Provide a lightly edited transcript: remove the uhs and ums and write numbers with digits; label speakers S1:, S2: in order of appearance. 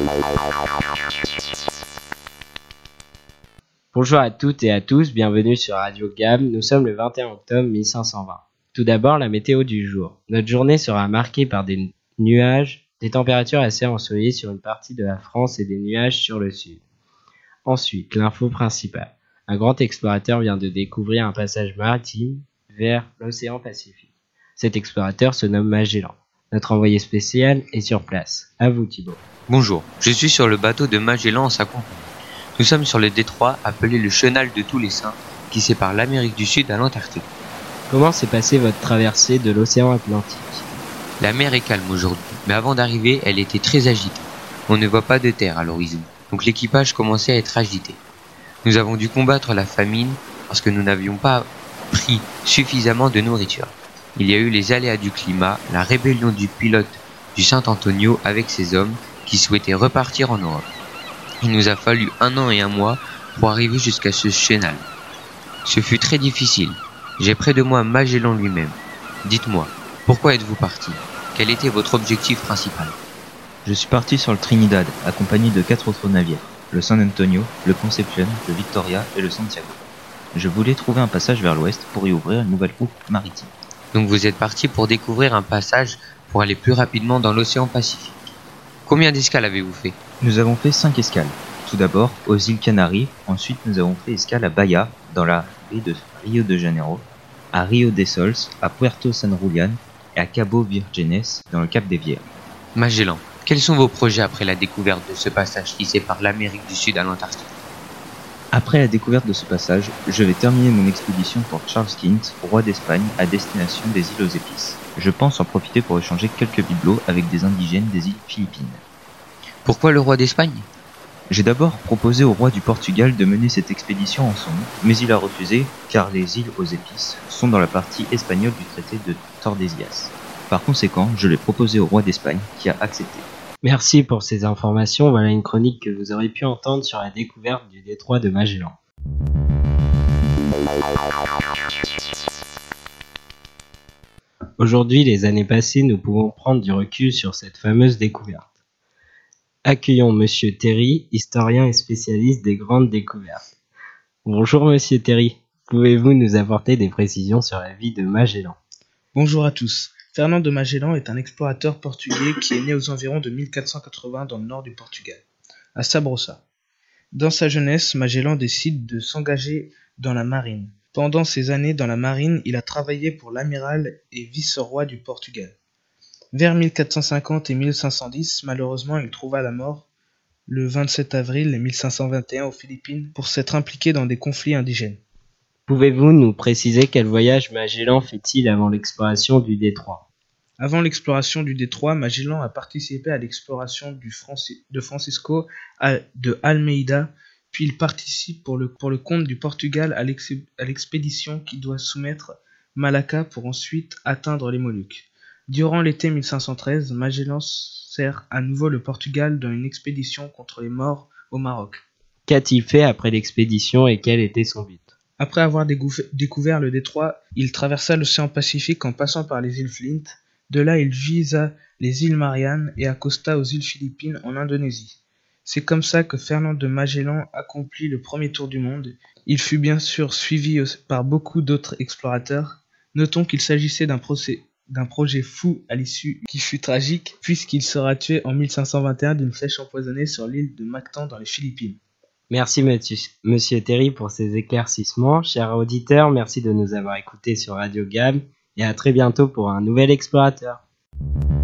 S1: Bonjour à toutes et à tous, bienvenue sur Radio Gam. Nous sommes le 21 octobre 1520. Tout d'abord, la météo du jour. Notre journée sera marquée par des nuages, des températures assez ensoleillées sur une partie de la France et des nuages sur le sud. Ensuite, l'info principale. Un grand explorateur vient de découvrir un passage maritime vers l'océan Pacifique. Cet explorateur se nomme Magellan. Notre envoyé spécial est sur place. À vous Thibaut.
S2: Bonjour, je suis sur le bateau de Magellan en sa compagnie. Nous sommes sur le détroit appelé le Chenal de tous les Saints qui sépare l'Amérique du Sud à l'Antarctique.
S1: Comment s'est passée votre traversée de l'océan Atlantique ?
S2: La mer est calme aujourd'hui, mais avant d'arriver, elle était très agitée. On ne voit pas de terre à l'horizon, donc l'équipage commençait à être agité. Nous avons dû combattre la famine parce que nous n'avions pas pris suffisamment de nourriture. Il y a eu les aléas du climat, la rébellion du pilote du Saint Antonio avec ses hommes qui souhaitaient repartir en Europe. Il nous a fallu 1 an et 1 mois pour arriver jusqu'à ce chenal. Ce fut très difficile. J'ai près de moi Magellan lui-même. Dites-moi, pourquoi êtes-vous parti ? Quel était votre objectif principal ?
S3: Je suis parti sur le Trinidad, accompagné de 4 autres navires, le San Antonio, le Conception, le Victoria et le Santiago. Je voulais trouver un passage vers l'ouest pour y ouvrir une nouvelle route maritime.
S2: Donc vous êtes parti pour découvrir un passage pour aller plus rapidement dans l'océan Pacifique. Combien d'escales avez-vous fait ?
S3: Nous avons fait 5 escales. Tout d'abord aux îles Canaries, ensuite nous avons fait escale à Bahia, dans la baie de Rio de Janeiro, à Rio des Sols, à Puerto San Julián et à Cabo Virgenes, dans le Cap des Vierges.
S2: Magellan, quels sont vos projets après la découverte de ce passage qui sépare l'Amérique du Sud à l'Antarctique ?
S3: Après la découverte de ce passage, je vais terminer mon expédition pour Charles Quint, roi d'Espagne, à destination des îles aux épices. Je pense en profiter pour échanger quelques bibelots avec des indigènes des îles Philippines.
S2: Pourquoi le roi d'Espagne ?
S3: J'ai d'abord proposé au roi du Portugal de mener cette expédition en son nom, mais il a refusé car les îles aux épices sont dans la partie espagnole du traité de Tordesillas. Par conséquent, je l'ai proposé au roi d'Espagne qui a accepté.
S1: Merci pour ces informations. Voilà une chronique que vous aurez pu entendre sur la découverte du détroit de Magellan. Aujourd'hui, les années passées, nous pouvons prendre du recul sur cette fameuse découverte. Accueillons Monsieur Terry, historien et spécialiste des grandes découvertes. Bonjour Monsieur Terry, pouvez-vous nous apporter des précisions sur la vie de Magellan ?
S4: Bonjour à tous. Fernando de Magellan est un explorateur portugais qui est né aux environs de 1480 dans le nord du Portugal, à Sabrosa. Dans sa jeunesse, Magellan décide de s'engager dans la marine. Pendant ces années dans la marine, il a travaillé pour l'amiral et vice-roi du Portugal. Vers 1450 et 1510, malheureusement, il trouva la mort le 27 avril 1521 aux Philippines pour s'être impliqué dans des conflits indigènes.
S1: Pouvez-vous nous préciser quel voyage Magellan fait-il avant l'exploration du détroit ?
S4: Avant l'exploration du détroit, Magellan a participé à l'exploration de Francisco de Almeida, puis il participe pour le compte du Portugal à l'expédition qui doit soumettre Malacca pour ensuite atteindre les Moluques. Durant l'été 1513, Magellan sert à nouveau le Portugal dans une expédition contre les Maures au Maroc.
S1: Qu'a-t-il fait après l'expédition et quel était son but ?
S4: Après avoir découvert le détroit, il traversa l'océan Pacifique en passant par les îles Flint. De là, il visa les îles Mariannes et accosta aux îles Philippines en Indonésie. C'est comme ça que Fernando de Magellan accomplit le premier tour du monde. Il fut bien sûr suivi par beaucoup d'autres explorateurs. Notons qu'il s'agissait d'un projet fou à l'issue qui fut tragique puisqu'il sera tué en 1521 d'une flèche empoisonnée sur l'île de Mactan dans les Philippines.
S1: Merci Monsieur Terry pour ces éclaircissements. Chers auditeurs, merci de nous avoir écoutés sur Radio Gam et à très bientôt pour un nouvel explorateur.